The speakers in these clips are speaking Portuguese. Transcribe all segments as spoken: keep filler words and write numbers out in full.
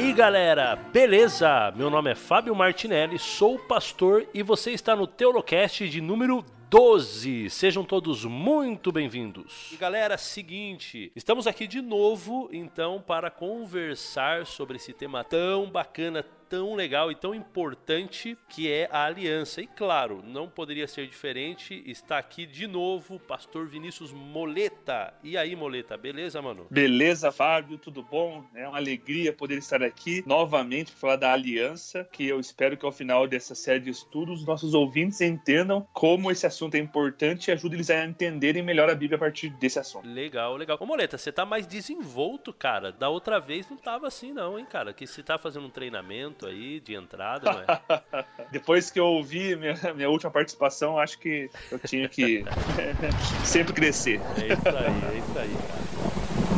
aí galera, beleza? Meu nome é Fábio Martinelli, sou pastor e você está no Teolocast de número doze. Sejam todos muito bem-vindos. E galera, seguinte, estamos aqui de novo então para conversar sobre esse tema tão bacana, tão legal e tão importante que é a aliança. E claro, não poderia ser diferente, está aqui de novo o pastor Vinícius Moleta. E aí, Moleta, beleza, mano? Beleza, Fábio, tudo bom? É uma alegria poder estar aqui novamente para falar da aliança, que eu espero que ao final dessa série de estudos, nossos ouvintes entendam como esse assunto é importante e ajude eles a entenderem melhor a Bíblia a partir desse assunto. Legal, legal. Ô, Moleta, você tá mais desenvolto, cara. Da outra vez não tava assim não, hein, cara? Que você tá fazendo um treinamento aí de entrada, não é? Depois que eu ouvi minha, minha última participação, acho que eu tinha que sempre crescer. É isso aí, é isso aí, cara.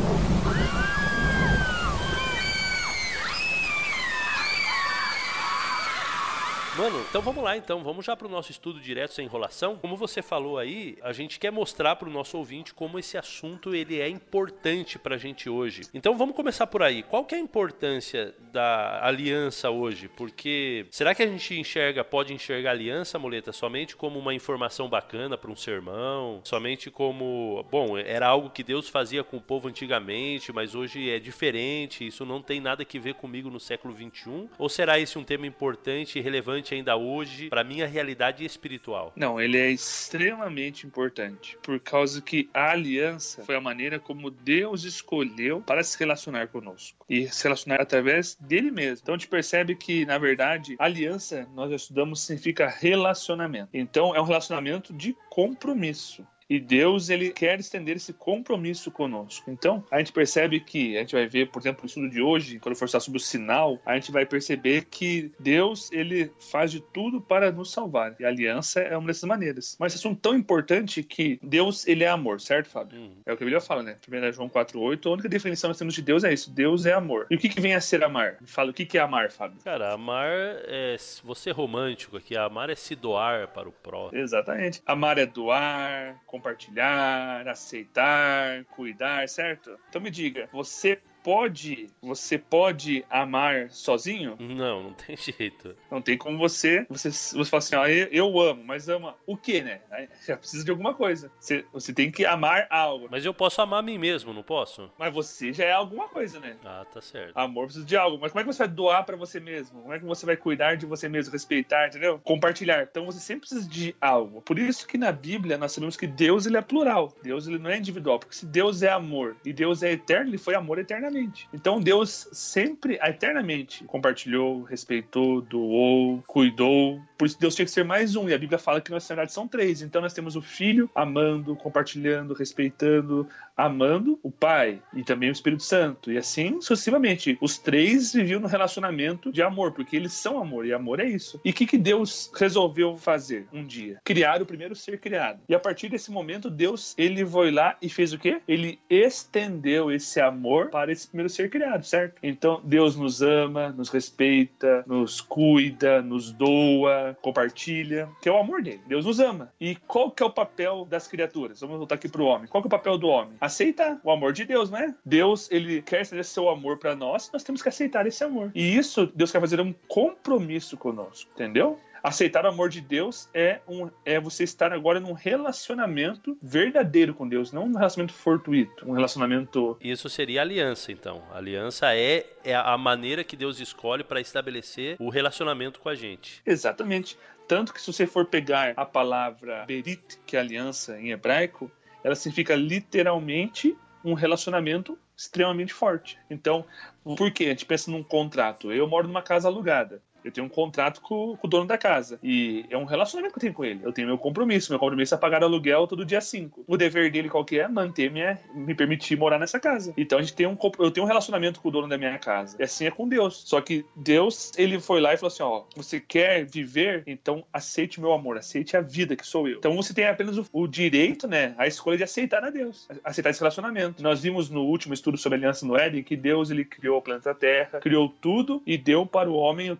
Mano, então vamos lá então, vamos já pro nosso estudo direto sem enrolação. Como você falou aí, a gente quer mostrar pro nosso ouvinte como esse assunto ele é importante pra gente hoje. Então vamos começar por aí. Qual que é a importância da aliança hoje? Porque será que a gente enxerga, pode enxergar a aliança, Moleta, somente como uma informação bacana para um sermão? Somente como, bom, era algo que Deus fazia com o povo antigamente, mas hoje é diferente, isso não tem nada que ver comigo no século vinte e um? Ou será esse um tema importante e relevante ainda hoje para minha realidade espiritual? Não, ele é extremamente importante, por causa que a aliança foi a maneira como Deus escolheu para se relacionar conosco e se relacionar através dele mesmo. Então a gente percebe que, na verdade, aliança, nós já estudamos, significa relacionamento. Então é um relacionamento de compromisso. E Deus, ele quer estender esse compromisso conosco. Então, a gente percebe que, a gente vai ver, por exemplo, no estudo de hoje, quando for falar sobre o sinal, a gente vai perceber que Deus, ele faz de tudo para nos salvar. E a aliança é uma dessas maneiras. Mas esse assunto tão importante que Deus, ele é amor, certo, Fábio? Uhum. É o que a Bíblia fala, né? primeiro João quatro, oito, a única definição que nós temos de Deus é isso. Deus é amor. E o que, que vem a ser amar? Fala, o que, que é amar, Fábio? Cara, amar é... Você é romântico aqui. Amar é se doar para o próximo. Exatamente. Amar é doar, compartilhar, aceitar, cuidar, certo? Então me diga, você pode, você pode amar sozinho? Não, não tem jeito. Não tem como você, você, você fala assim, ó, eu, eu amo, mas ama o quê, né? Aí já precisa de alguma coisa. Você, você tem que amar algo. Mas eu posso amar a mim mesmo, não posso? Mas você já é alguma coisa, né? Ah, tá certo. Amor precisa de algo. Mas como é que você vai doar pra você mesmo? Como é que você vai cuidar de você mesmo, respeitar, entendeu? Compartilhar. Então você sempre precisa de algo. Por isso que na Bíblia nós sabemos que Deus, ele é plural. Deus, ele não é individual. Porque se Deus é amor e Deus é eterno, ele foi amor eternamente. Então Deus sempre, eternamente, compartilhou, respeitou, doou, cuidou. Por isso Deus tinha que ser mais um. E a Bíblia fala que nós, na verdade, são três. Então nós temos o Filho amando, compartilhando, respeitando, amando o Pai e também o Espírito Santo. E assim, sucessivamente. Os três viviam no relacionamento de amor, porque eles são amor. E amor é isso. E o que, que Deus resolveu fazer um dia? Criar o primeiro ser criado. E a partir desse momento, Deus, ele foi lá e fez o quê? Ele estendeu esse amor para esse primeiro ser criado, certo? Então Deus nos ama, nos respeita, nos cuida, nos doa, compartilha, que é o amor dele. Deus nos ama. E qual que é o papel das criaturas? Vamos voltar aqui pro homem. Qual que é o papel do homem? Aceitar o amor de Deus, né? Deus, ele quer estender seu amor para nós, nós temos que aceitar esse amor. E isso, Deus quer fazer um compromisso conosco, entendeu? Aceitar o amor de Deus é, um, é você estar agora num relacionamento verdadeiro com Deus, não um relacionamento fortuito, um relacionamento... Isso seria aliança, então. A aliança é, é a maneira que Deus escolhe para estabelecer o relacionamento com a gente. Exatamente. Tanto que se você for pegar a palavra berit, que é aliança em hebraico, ela significa literalmente um relacionamento extremamente forte. Então, por quê? A gente pensa num contrato. Eu moro numa casa alugada. Eu tenho um contrato com, com o dono da casa. E é um relacionamento que eu tenho com ele. Eu tenho meu compromisso. Meu compromisso é pagar aluguel todo dia cinco. O dever dele qual que é? Manter minha, me permitir morar nessa casa. Então a gente tem um, eu tenho um relacionamento com o dono da minha casa. E assim é com Deus. Só que Deus, ele foi lá e falou assim, ó, você quer viver? Então aceite meu amor, aceite a vida que sou eu. Então você tem apenas o, o direito, né, a escolha de aceitar a Deus. Aceitar esse relacionamento. Nós vimos no último estudo sobre a aliança no Éden que Deus, ele criou o planeta Terra, criou tudo e deu para o homem o quê?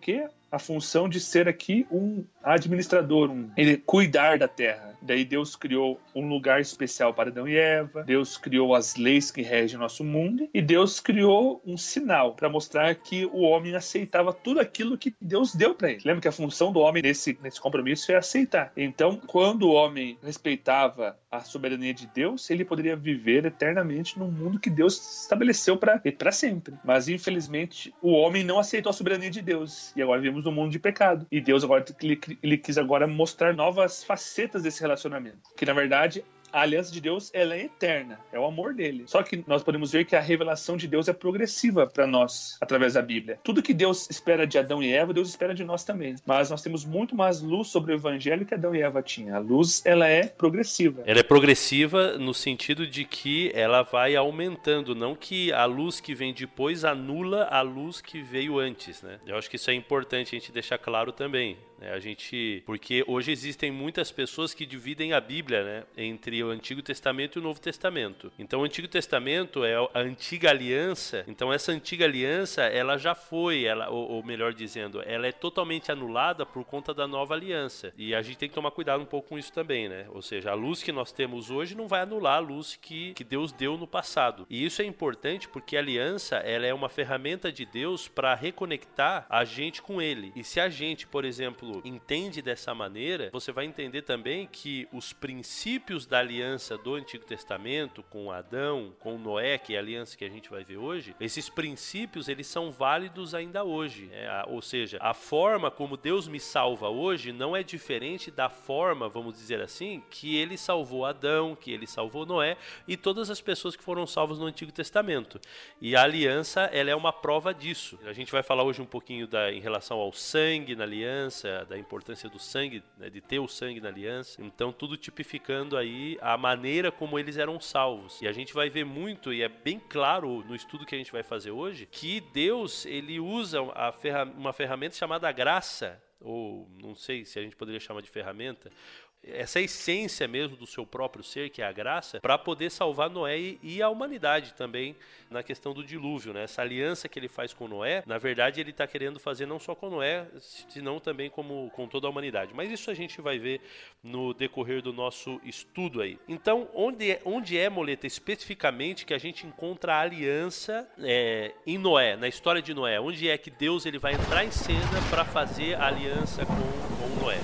a função de ser aqui um administrador, um, ele cuidar da terra. Daí Deus criou um lugar especial para Adão e Eva, Deus criou as leis que regem o nosso mundo, e Deus criou um sinal para mostrar que o homem aceitava tudo aquilo que Deus deu para ele. Lembra que a função do homem nesse, nesse compromisso é aceitar. Então, quando o homem respeitava a soberania de Deus, ele poderia viver eternamente num mundo que Deus estabeleceu para sempre. Mas, infelizmente, o homem não aceitou a soberania de Deus, e agora vivemos num mundo de pecado. E Deus agora ele, ele quis agora mostrar novas facetas desse relacionamento, que na verdade a aliança de Deus, ela é eterna, é o amor dele. Só que nós podemos ver que a revelação de Deus é progressiva para nós, através da Bíblia. Tudo que Deus espera de Adão e Eva, Deus espera de nós também. Mas nós temos muito mais luz sobre o evangelho que Adão e Eva tinham. A luz, ela é progressiva. Ela é progressiva no sentido de que ela vai aumentando, não que a luz que vem depois anula a luz que veio antes, né? Eu acho que isso é importante a gente deixar claro também. A gente, porque hoje existem muitas pessoas que dividem a Bíblia, né, entre o Antigo Testamento e o Novo Testamento. Então o Antigo Testamento é a antiga aliança. Então essa antiga aliança, ela já foi, ela, ou, ou melhor dizendo, ela é totalmente anulada por conta da nova aliança. E a gente tem que tomar cuidado um pouco com isso também, né? Ou seja, a luz que nós temos hoje não vai anular a luz que, que Deus deu no passado. E isso é importante porque a aliança, ela é uma ferramenta de Deus para reconectar a gente com Ele. E se a gente, por exemplo, entende dessa maneira, você vai entender também que os princípios da aliança do Antigo Testamento com Adão, com Noé, que é a aliança que a gente vai ver hoje, esses princípios, eles são válidos ainda hoje. É, a, ou seja, a forma como Deus me salva hoje não é diferente da forma, vamos dizer assim, que ele salvou Adão, que ele salvou Noé e todas as pessoas que foram salvas no Antigo Testamento. E a aliança, ela é uma prova disso. A gente vai falar hoje um pouquinho da, em relação ao sangue na aliança, da importância do sangue, né, de ter o sangue na aliança. Então tudo tipificando aí a maneira como eles eram salvos. E a gente vai ver muito, e é bem claro no estudo que a gente vai fazer hoje, que Deus, ele usa a ferra- uma ferramenta chamada graça, ou não sei se a gente poderia chamar de ferramenta, essa essência mesmo do seu próprio ser, que é a graça, para poder salvar Noé e a humanidade também na questão do dilúvio, né? Essa aliança que ele faz com Noé, na verdade ele está querendo fazer não só com Noé, senão também como, com toda a humanidade. Mas isso a gente vai ver no decorrer do nosso estudo aí. Então, onde é, onde é Moleta, especificamente, que a gente encontra a aliança é, em Noé, na história de Noé? Onde é que Deus ele vai entrar em cena para fazer a aliança com, com Noé?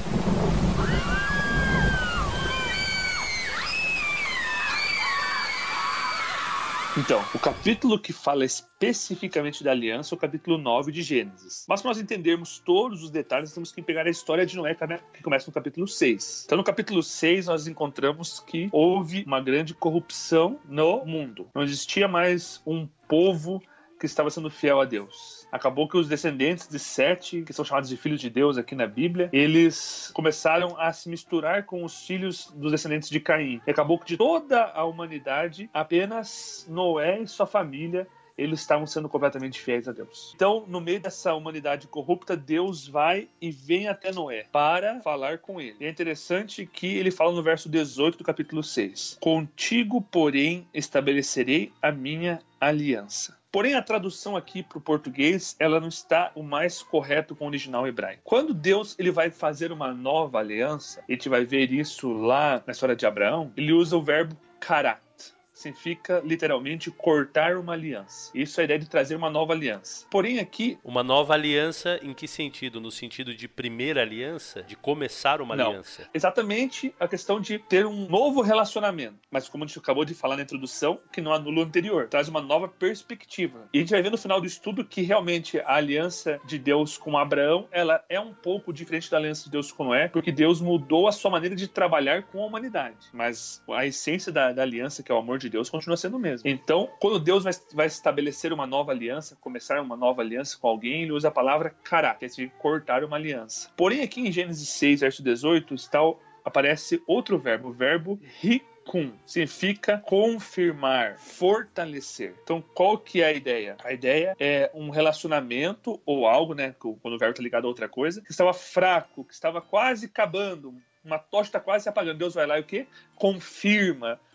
Então, o capítulo que fala especificamente da aliança é o capítulo nove de Gênesis. Mas para nós entendermos todos os detalhes, temos que pegar a história de Noé, que começa no capítulo seis. Então, no capítulo seis, nós encontramos que houve uma grande corrupção no mundo. Não existia mais um povo que estava sendo fiel a Deus. Acabou que os descendentes de Sete, que são chamados de filhos de Deus aqui na Bíblia, eles começaram a se misturar com os filhos dos descendentes de Caim. E acabou que de toda a humanidade, apenas Noé e sua família, eles estavam sendo completamente fiéis a Deus. Então, no meio dessa humanidade corrupta, Deus vai e vem até Noé para falar com ele. E é interessante que ele fala no verso dezoito do capítulo seis: Contigo, porém, estabelecerei a minha aliança. Porém, a tradução aqui para o português, ela não está o mais correto com o original hebraico. Quando Deus ele vai fazer uma nova aliança, a gente vai ver isso lá na história de Abraão, ele usa o verbo karat. Significa, literalmente, cortar uma aliança. Isso é a ideia de trazer uma nova aliança. Porém, aqui... Uma nova aliança em que sentido? No sentido de primeira aliança? De começar uma Não. aliança? Exatamente a questão de ter um novo relacionamento. Mas como a gente acabou de falar na introdução, que não anula o anterior. Traz uma nova perspectiva. E a gente vai ver no final do estudo que realmente a aliança de Deus com Abraão, ela é um pouco diferente da aliança de Deus com Noé, porque Deus mudou a sua maneira de trabalhar com a humanidade. Mas a essência da, da aliança, que é o amor de Deus, continua sendo o mesmo. Então, quando Deus vai, vai estabelecer uma nova aliança, começar uma nova aliança com alguém, ele usa a palavra kará, que é de cortar uma aliança. Porém, aqui em Gênesis seis, verso dezoito, está, aparece outro verbo, o verbo rikum. Significa confirmar, fortalecer. Então, qual que é a ideia? A ideia é um relacionamento ou algo, né, quando o verbo está ligado a outra coisa, que estava fraco, que estava quase acabando, uma tocha está quase se apagando. Deus vai lá e o quê? Confirma,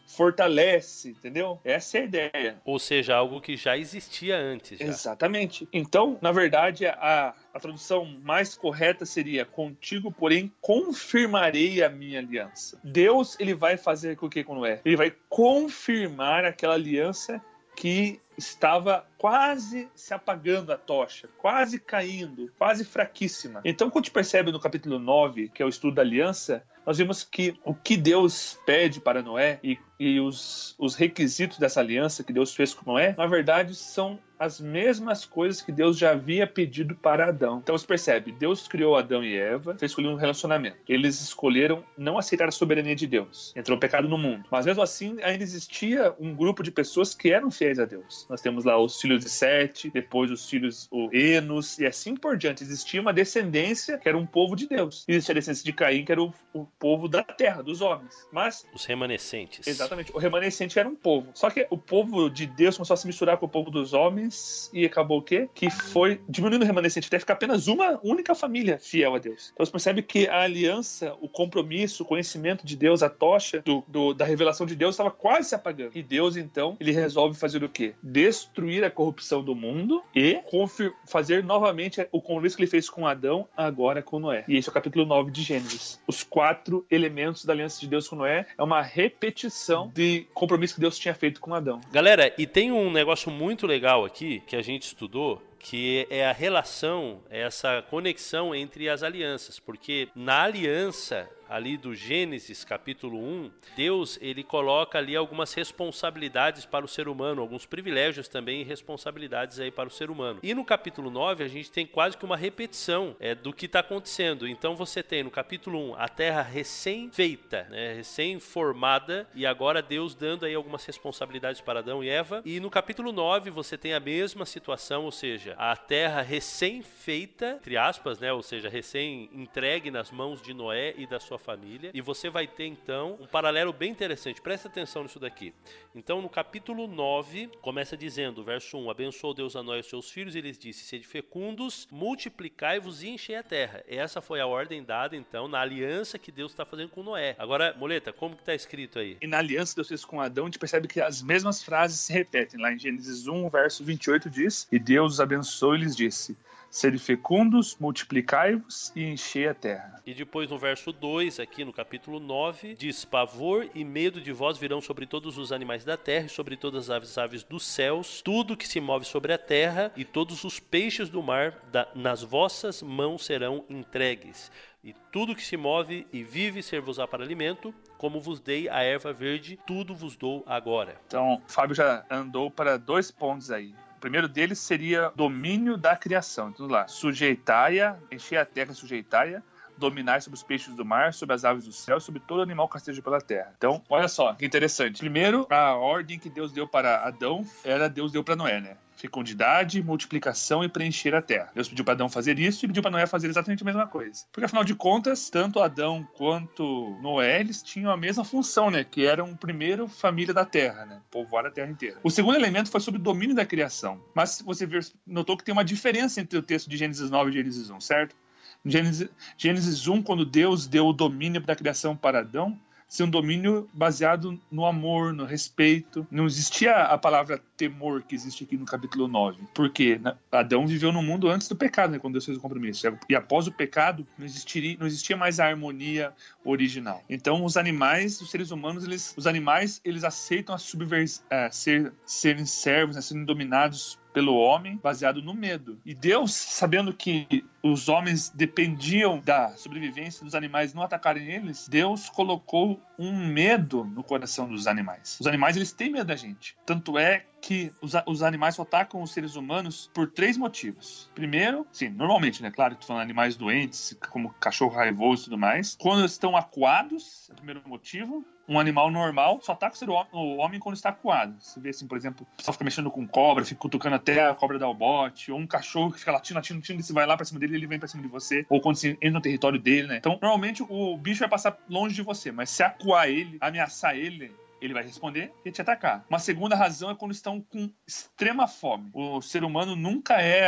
fortalece, entendeu? Essa é a ideia. Ou seja, algo que já existia antes. Já. Exatamente. Então, na verdade, a, a tradução mais correta seria: contigo, porém, confirmarei a minha aliança. Deus, ele vai fazer com o que com Noé? Ele vai confirmar aquela aliança que estava quase se apagando a tocha, quase caindo, quase fraquíssima. Então, quando a gente percebe no capítulo nove, que é o estudo da aliança, nós vimos que o que Deus pede para Noé e, e os, os requisitos dessa aliança que Deus fez com Noé, na verdade, são as mesmas coisas que Deus já havia pedido para Adão. Então você percebe, Deus criou Adão e Eva, fez escolher um relacionamento. Eles escolheram não aceitar a soberania de Deus. Entrou o pecado no mundo. Mas mesmo assim, ainda existia um grupo de pessoas que eram fiéis a Deus. Nós temos lá os filhos de Sete, depois os filhos, o Enos, e assim por diante. Existia uma descendência que era um povo de Deus. Existia a descendência de Caim, que era o, o povo da terra, dos homens. Mas os remanescentes. Exatamente. O remanescente era um povo. Só que o povo de Deus começou a se misturar com o povo dos homens e acabou o quê? Que foi diminuindo o remanescente até ficar apenas uma única família fiel a Deus. Então você percebe que a aliança, o compromisso, o conhecimento de Deus, a tocha do, do, da revelação de Deus estava quase se apagando. E Deus, então, ele resolve fazer o quê? Destruir a corrupção do mundo e fazer novamente o compromisso que ele fez com Adão, agora com Noé. E esse é o capítulo nove de Gênesis. Os quatro elementos da aliança de Deus com Noé é uma repetição de compromisso que Deus tinha feito com Adão. Galera, e tem um negócio muito legal aqui que a gente estudou, que é a relação, essa conexão entre as alianças, porque na aliança ali do Gênesis capítulo um, Deus ele coloca ali algumas responsabilidades para o ser humano, alguns privilégios também e responsabilidades aí para o ser humano. E no capítulo nove a gente tem quase que uma repetição é, do que está acontecendo. Então você tem no capítulo um a terra recém-feita, né, recém-formada, e agora Deus dando aí algumas responsabilidades para Adão e Eva. E no capítulo nove você tem a mesma situação, ou seja, a terra recém-feita, entre aspas, né, ou seja, recém-entregue nas mãos de Noé e da sua família, e você vai ter então um paralelo bem interessante. Presta atenção nisso daqui. Então no capítulo nove começa dizendo, verso um: abençoou Deus a Noé e os seus filhos e lhes disse: sede fecundos, multiplicai-vos e enchei a terra. Essa foi a ordem dada então na aliança que Deus está fazendo com Noé. Agora, Moleta, como que está escrito aí? E na aliança que Deus fez com Adão, a gente percebe que as mesmas frases se repetem. Lá em Gênesis um, verso vinte e oito diz: e Deus os abençoou e lhes disse: sede fecundos, multiplicai-vos e enchei a terra. E depois no verso dois, aqui no capítulo nove, diz: pavor e medo de vós virão sobre todos os animais da terra e sobre todas as aves dos céus, tudo que se move sobre a terra e todos os peixes do mar, da, nas vossas mãos serão entregues. E tudo que se move e vive ser-vos-á para alimento, como vos dei a erva verde, tudo vos dou agora. Então, o Fábio já andou para dois pontos aí. O primeiro deles seria domínio da criação. Então, lá, sujeitai-a, encher a terra, sujeitai-a, dominar sobre os peixes do mar, sobre as aves do céu, sobre todo animal que esteja pela terra. Então, olha só, que interessante. Primeiro, a ordem que Deus deu para Adão, era Deus deu para Noé, né? Fecundidade, multiplicação e preencher a terra. Deus pediu para Adão fazer isso e pediu para Noé fazer exatamente a mesma coisa. Porque, afinal de contas, tanto Adão quanto Noé, eles tinham a mesma função, né? Que eram o primeiro família da terra, né? Povoar a terra inteira. O segundo elemento foi sobre o domínio da criação. Mas você notou que tem uma diferença entre o texto de Gênesis nove e Gênesis um, certo? Gênesis, Gênesis um, quando Deus deu o domínio da criação para Adão, ser um domínio baseado no amor, no respeito. Não existia a palavra temor que existe aqui no capítulo nove. Porque Adão viveu no mundo antes do pecado, né, quando Deus fez o compromisso. E após o pecado, não existiria, não existia mais a harmonia original. Então, os animais, os seres humanos, eles, os animais, eles aceitam a subvers, a ser, serem servos, a serem dominados pelo homem, baseado no medo. E Deus, sabendo que os homens dependiam da sobrevivência dos animais não atacarem eles, Deus colocou um medo no coração dos animais. Os animais, eles têm medo da gente. Tanto é que os, os animais só atacam os seres humanos por três motivos. Primeiro, sim, normalmente, né? Claro que tô falando animais doentes, como cachorro raivoso e tudo mais. Quando estão acuados, é o primeiro motivo. Um animal normal só ataca o, ser, o homem quando está acuado. Você vê assim, por exemplo, o pessoal fica mexendo com cobra, fica cutucando até a cobra dar o bote, ou um cachorro que fica latindo, latindo, latindo, e você vai lá pra cima dele, ele vem pra cima de você, ou quando você entra no território dele, né? Então, normalmente o bicho vai passar longe de você, mas se acuar ele, ameaçar ele, ele vai responder e te atacar. Uma segunda razão é quando estão com extrema fome. O ser humano nunca é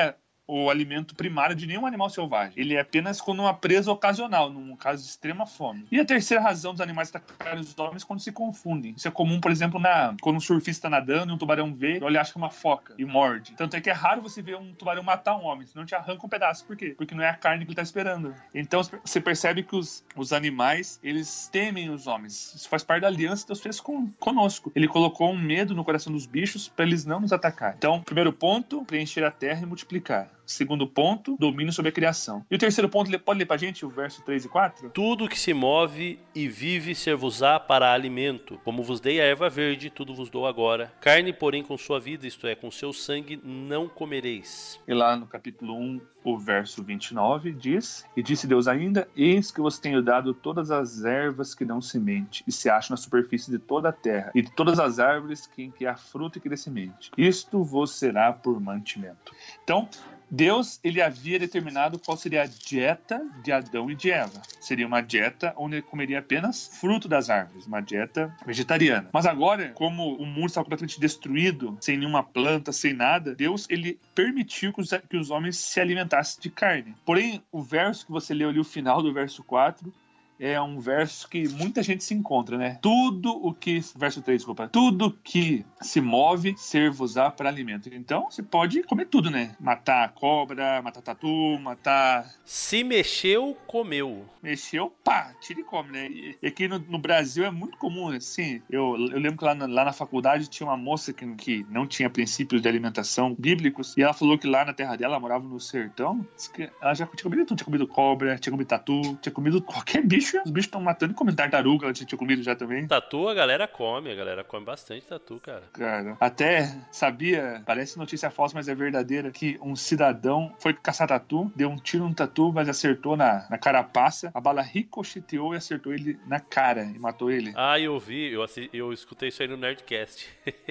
o alimento primário de nenhum animal selvagem. Ele é apenas quando uma presa ocasional, num caso de extrema fome. E a terceira razão dos animais atacarem os homens é quando se confundem. Isso é comum, por exemplo, na, quando um surfista está nadando e um tubarão vê, ele acha que é uma foca e morde. Tanto é que é raro você ver um tubarão matar um homem, senão te arranca um pedaço. Por quê? Porque não é a carne que ele está esperando. Então você percebe que os, os animais, eles temem os homens. Isso faz parte da aliança que Deus fez com, conosco. Ele colocou um medo no coração dos bichos para eles não nos atacar. Então, primeiro ponto, preencher a terra e multiplicar. Segundo ponto, domínio sobre a criação. E o terceiro ponto, pode ler pra gente o verso três e quatro? Tudo que se move e vive ser-vos-á para alimento. Como vos dei a erva verde, tudo vos dou agora. Carne, porém, com sua vida, isto é, com seu sangue, não comereis. E lá no capítulo um, o verso vinte e nove, diz: E disse Deus ainda, eis que vos tenho dado todas as ervas que dão semente, e se acham na superfície de toda a terra, e de todas as árvores que, em que há fruto e que dê semente. Isto vos será por mantimento. Então, Deus, ele havia determinado qual seria a dieta de Adão e de Eva. Seria uma dieta onde ele comeria apenas fruto das árvores, uma dieta vegetariana. Mas agora, como o mundo estava completamente destruído, sem nenhuma planta, sem nada, Deus, ele permitiu que os, que os homens se alimentassem de carne. Porém, o verso que você leu ali, o final do verso quatro, é um verso que muita gente se encontra, né? Tudo o que... Verso três, desculpa. Tudo que se move, ser-vos-á para alimento. Então, você pode comer tudo, né? Matar a cobra, matar tatu, matar... Se mexeu, comeu. Mexeu, pá, tira e come, né? E aqui no, no Brasil é muito comum, assim. Eu, eu lembro que lá na, lá na faculdade tinha uma moça que, que não tinha princípios de alimentação bíblicos, e ela falou que lá na terra dela, ela morava no sertão, que ela já tinha comido tudo. Tinha comido cobra, tinha comido tatu, tinha comido qualquer bicho. Os bichos estão matando e comendo tartaruga, ela tinha comido já também. Tatu a galera come, a galera come bastante tatu, cara. Cara, até sabia, parece notícia falsa, mas é verdadeira, que um cidadão foi caçar tatu, deu um tiro no tatu, mas acertou na, na carapaça, a bala ricocheteou e acertou ele na cara e matou ele. Ah, eu vi, eu, assi- eu escutei isso aí no Nerdcast.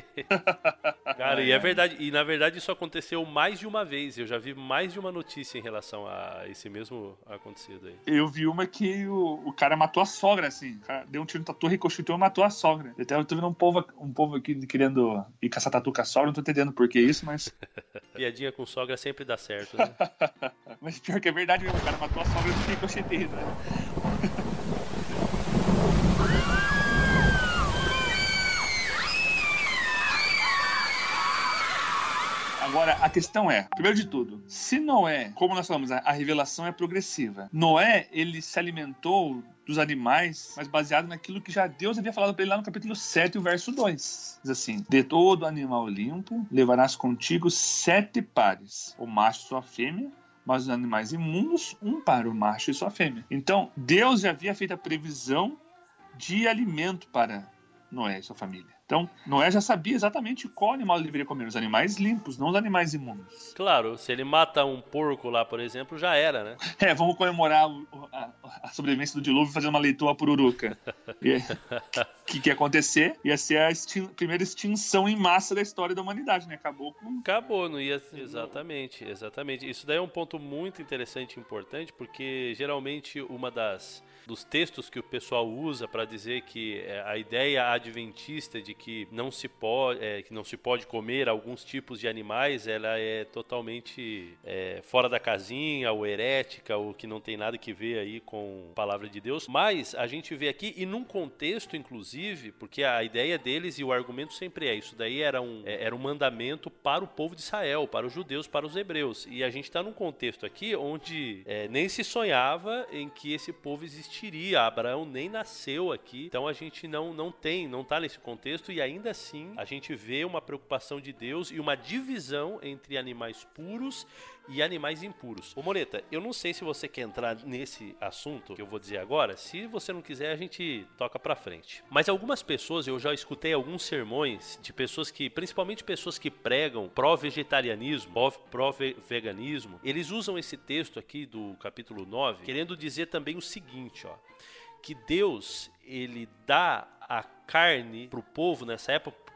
Cara, e é verdade, e na verdade isso aconteceu mais de uma vez, eu já vi mais de uma notícia em relação a esse mesmo acontecido aí. Eu vi uma que o, o cara matou a sogra, assim. O cara deu um tiro no tatu, ricocheteou e matou a sogra. Até eu tô vendo um povo, um povo aqui querendo ir caçar tatu com a sogra, não tô entendendo por que isso, mas... Piadinha com sogra sempre dá certo, né? Mas pior que é verdade mesmo, o cara matou a sogra do ricocheteio, né? Agora, a questão é, primeiro de tudo, se Noé, como nós falamos, a, a revelação é progressiva. Noé, ele se alimentou dos animais, mas baseado naquilo que já Deus havia falado para ele lá no capítulo sete, o verso dois. Diz assim: de todo animal limpo, levarás contigo sete pares, o macho e sua fêmea, mas os animais imundos, um par, o macho e sua fêmea. Então, Deus já havia feito a previsão de alimento para Noé e sua família. Então, Noé já sabia exatamente qual animal ele deveria comer, os animais limpos, não os animais imundos. Claro, se ele mata um porco lá, por exemplo, já era, né? É, vamos comemorar o, a, a sobrevivência do dilúvio fazendo uma leitura pururuca. O que, que ia acontecer? Ia ser a extin- primeira extinção em massa da história da humanidade, né? Acabou com... Acabou, não ia... Exatamente, exatamente. Isso daí é um ponto muito interessante e importante, porque geralmente uma das... dos textos que o pessoal usa para dizer que a ideia adventista de que não se pode, é, que não se pode comer alguns tipos de animais, ela é totalmente é, fora da casinha, ou herética, ou que não tem nada que ver aí com a palavra de Deus. Mas a gente vê aqui, e num contexto, inclusive, porque a ideia deles e o argumento sempre é, isso daí era um, era um mandamento para o povo de Israel, para os judeus, para os hebreus. E a gente está num contexto aqui onde é, nem se sonhava em que esse povo existiria. Abraão nem nasceu aqui, então a gente não, não tem, não está nesse contexto, e ainda assim a gente vê uma preocupação de Deus e uma divisão entre animais puros e animais impuros. Ô Moreta, eu não sei se você quer entrar nesse assunto que eu vou dizer agora. Se você não quiser, a gente toca pra frente. Mas algumas pessoas, eu já escutei alguns sermões de pessoas que, principalmente pessoas que pregam pró-vegetarianismo, pró-veganismo, eles usam esse texto aqui do capítulo nove, querendo dizer também o seguinte, ó, que Deus, ele dá a carne pro povo nessa época,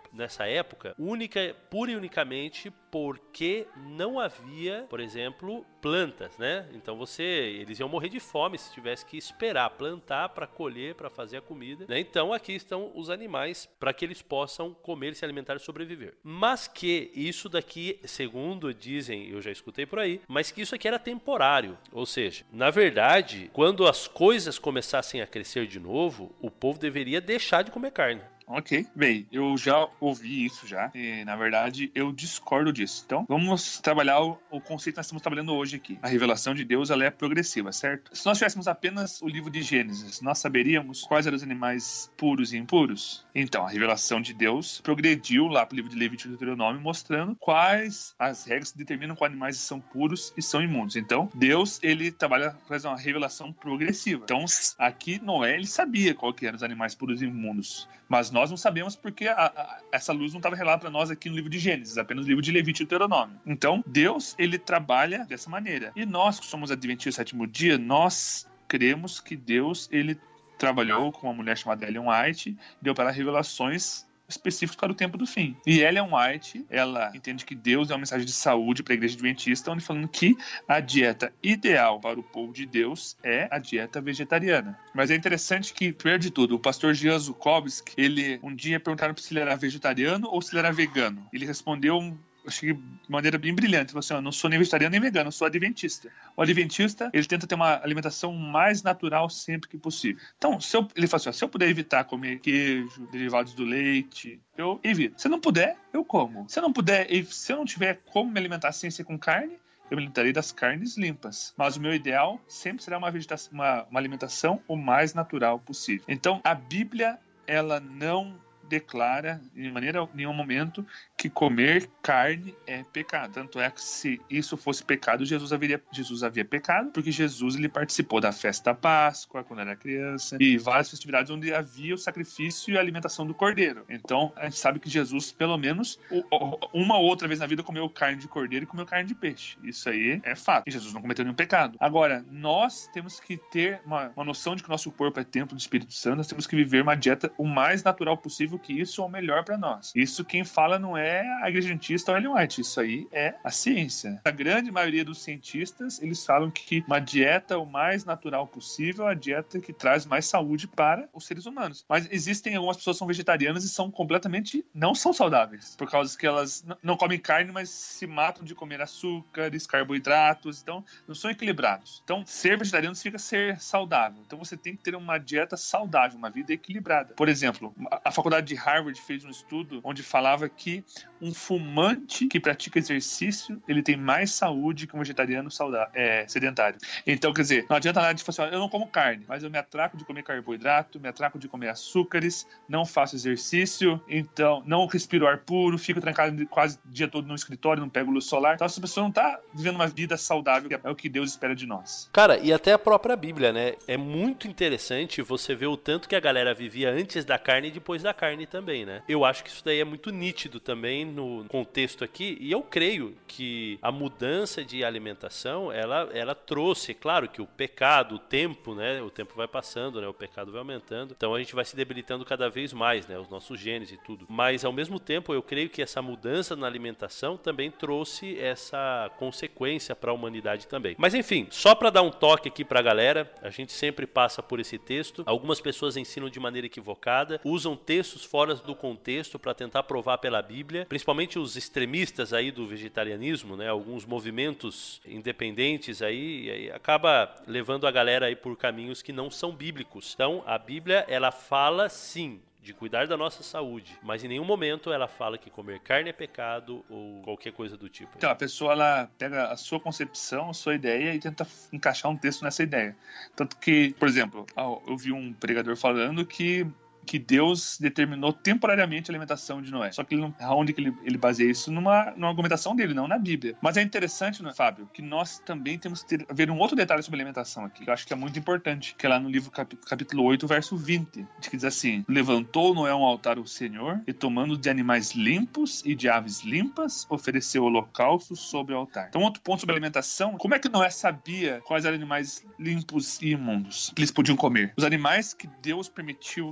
nessa época, única, pura e unicamente porque não havia, por exemplo, plantas, né? Então você, eles iam morrer de fome se tivesse que esperar plantar para colher, para fazer a comida, né? Então aqui estão os animais para que eles possam comer, se alimentar e sobreviver. Mas que isso daqui, segundo dizem, eu já escutei por aí, mas que isso aqui era temporário. Ou seja, na verdade, quando as coisas começassem a crescer de novo, o povo deveria deixar de comer carne. Ok, bem, eu já ouvi isso já, e na verdade eu discordo disso. Então, vamos trabalhar o, o conceito que nós estamos trabalhando hoje aqui. A revelação de Deus, ela é progressiva, certo? Se nós tivéssemos apenas o livro de Gênesis, nós saberíamos quais eram os animais puros e impuros? Então, a revelação de Deus progrediu lá para o livro de Levítico e Deuteronômio, mostrando quais as regras que determinam quais animais são puros e são imundos. Então, Deus, ele trabalha, faz uma revelação progressiva. Então, aqui Noé, ele sabia qual que eram os animais puros e imundos, mas nós Nós não sabemos porque a, a, essa luz não estava relada para nós aqui no livro de Gênesis, apenas no livro de Levítico e Deuteronômio. Então, Deus, ele trabalha dessa maneira. E nós, que somos adventistas do sétimo dia, nós cremos que Deus, ele trabalhou com uma mulher chamada Ellen White, deu para ela revelações específicos para o tempo do fim. E Ellen White, ela entende que Deus é uma mensagem de saúde para a igreja adventista, onde falando que a dieta ideal para o povo de Deus é a dieta vegetariana. Mas é interessante que, primeiro de tudo, o pastor Jean Zukowski, ele um dia perguntaram se ele era vegetariano ou se ele era vegano. Ele respondeu, acho que de maneira bem brilhante, falou assim, eu não sou nem vegetariano nem vegano, eu sou adventista. O adventista, ele tenta ter uma alimentação mais natural sempre que possível. Então, se eu, ele falou assim, se eu puder evitar comer queijo, derivados do leite, eu evito. Se não puder, eu como. Se eu não puder, se eu não tiver como me alimentar sem ser com carne, eu me alimentarei das carnes limpas. Mas o meu ideal sempre será uma, vegetação, uma, uma alimentação o mais natural possível. Então, a Bíblia, ela não declara, de maneira nenhum momento, que comer carne é pecado. Tanto é que se isso fosse pecado, Jesus, haveria, Jesus havia pecado, porque Jesus ele participou da festa da Páscoa, quando era criança, e várias festividades onde havia o sacrifício e a alimentação do cordeiro. Então, a gente sabe que Jesus, pelo menos, uma ou outra vez na vida, comeu carne de cordeiro e comeu carne de peixe. Isso aí é fato. E Jesus não cometeu nenhum pecado. Agora, nós temos que ter uma, uma noção de que o nosso corpo é templo do Espírito Santo, nós temos que viver uma dieta o mais natural possível, que isso é o melhor para nós. Isso quem fala não é a igreja adventista ou Ellen White, isso aí é a ciência. A grande maioria dos cientistas, eles falam que uma dieta o mais natural possível é a dieta que traz mais saúde para os seres humanos. Mas existem algumas pessoas que são vegetarianas e são completamente, não são saudáveis, por causa que elas não comem carne, mas se matam de comer açúcares, carboidratos, então não são equilibrados. Então, ser vegetariano significa ser saudável. Então, você tem que ter uma dieta saudável, uma vida equilibrada. Por exemplo, a faculdade de Harvard fez um estudo onde falava que um fumante que pratica exercício, ele tem mais saúde que um vegetariano saudável, é, sedentário. Então, quer dizer, não adianta nada de falar assim, eu não como carne, mas eu me atraco de comer carboidrato, me atraco de comer açúcares, não faço exercício, então não respiro ar puro, fico trancado quase o dia todo no escritório, não pego luz solar. Então, essa pessoa não está vivendo uma vida saudável, que é o que Deus espera de nós. Cara, e até a própria Bíblia, né? É muito interessante você ver o tanto que a galera vivia antes da carne e depois da carne também, né? Eu acho que isso daí é muito nítido também no contexto aqui, e eu creio que a mudança de alimentação, ela, ela trouxe, claro que o pecado, o tempo, né? O tempo vai passando, né? O pecado vai aumentando, então a gente vai se debilitando cada vez mais, né? Os nossos genes e tudo. Mas, ao mesmo tempo, eu creio que essa mudança na alimentação também trouxe essa consequência para a humanidade também. Mas, enfim, só para dar um toque aqui pra galera, a gente sempre passa por esse texto. Algumas pessoas ensinam de maneira equivocada, usam textos fora do contexto para tentar provar pela Bíblia, principalmente os extremistas aí do vegetarianismo, né? Alguns movimentos independentes aí, e aí acaba levando a galera aí por caminhos que não são bíblicos. Então, a Bíblia, ela fala sim de cuidar da nossa saúde, mas em nenhum momento ela fala que comer carne é pecado ou qualquer coisa do tipo. Então, a pessoa, ela pega a sua concepção, a sua ideia e tenta encaixar um texto nessa ideia. Tanto que, por exemplo, eu vi um pregador falando que que Deus determinou temporariamente a alimentação de Noé. Só que ele não, onde que ele, ele baseia isso? Numa, numa argumentação dele, não na Bíblia. Mas é interessante, né, Fábio, que nós também temos que ter, ver um outro detalhe sobre alimentação aqui, que eu acho que é muito importante, que é lá no livro cap, capítulo oito, verso vinte, que diz assim, levantou Noé um altar ao Senhor e tomando de animais limpos e de aves limpas, ofereceu holocaustos sobre o altar. Então, outro ponto sobre alimentação, como é que Noé sabia quais eram animais limpos e imundos que eles podiam comer? Os animais que Deus permitiu que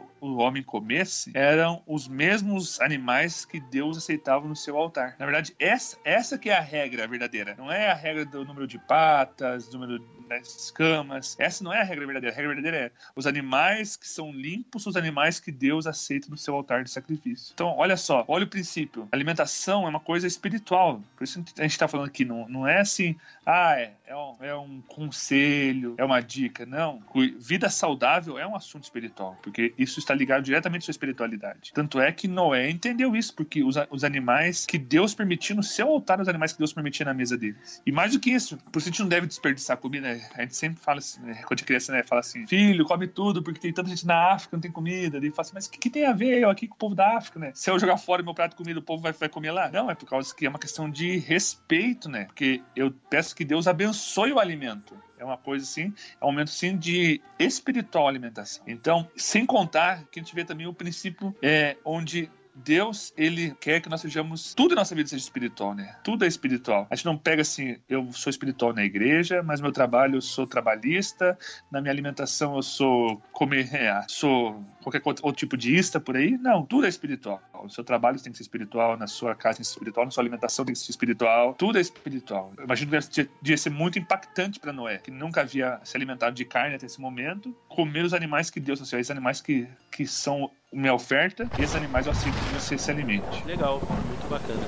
o homem comesse eram os mesmos animais que Deus aceitava no seu altar. Na verdade, essa, essa que é a regra verdadeira. Não é a regra do número de patas, do número das escamas. Essa não é a regra verdadeira. A regra verdadeira é os animais que são limpos, os animais que Deus aceita no seu altar de sacrifício. Então, olha só, olha o princípio. A alimentação é uma coisa espiritual. Por isso a gente está falando aqui, não, não é assim, ah, é, é, um, é um conselho, é uma dica. Não. Vida saudável é um assunto espiritual, porque isso está ligado diretamente à sua espiritualidade. Tanto é que Noé entendeu isso, porque os, os animais que Deus permitiu no seu altar, os animais que Deus permitia na mesa deles. E mais do que isso, por isso a gente não deve desperdiçar comida, né? A gente sempre fala assim, né? Quando é criança, né? Fala assim, filho, come tudo, porque tem tanta gente na África, não tem comida. Daí fala assim, mas o que, que tem a ver eu aqui com o povo da África, né? Se eu jogar fora meu prato de comida, o povo vai, vai comer lá? Não, é por causa que é uma questão de respeito, né? Porque eu peço que Deus abençoe o alimento. É uma coisa assim, é um momento sim de espiritual alimentação. Então, sem contar que a gente vê também o princípio é, onde Deus, ele quer que nós sejamos, tudo na nossa vida seja espiritual, né? Tudo é espiritual. A gente não pega assim, eu sou espiritual na igreja, mas no meu trabalho eu sou trabalhista, na minha alimentação eu sou comer, é, sou qualquer outro tipo de ista por aí. Não, tudo é espiritual. No seu trabalho tem que ser espiritual, na sua casa tem que ser espiritual, na sua alimentação tem que ser espiritual. Tudo é espiritual. Eu imagino que devia ser muito impactante para Noé, que nunca havia se alimentado de carne até esse momento, comer os animais que Deus, assim, esses animais que, que são minha oferta, esses animais eu aceito que você se alimente. Legal, muito bacana.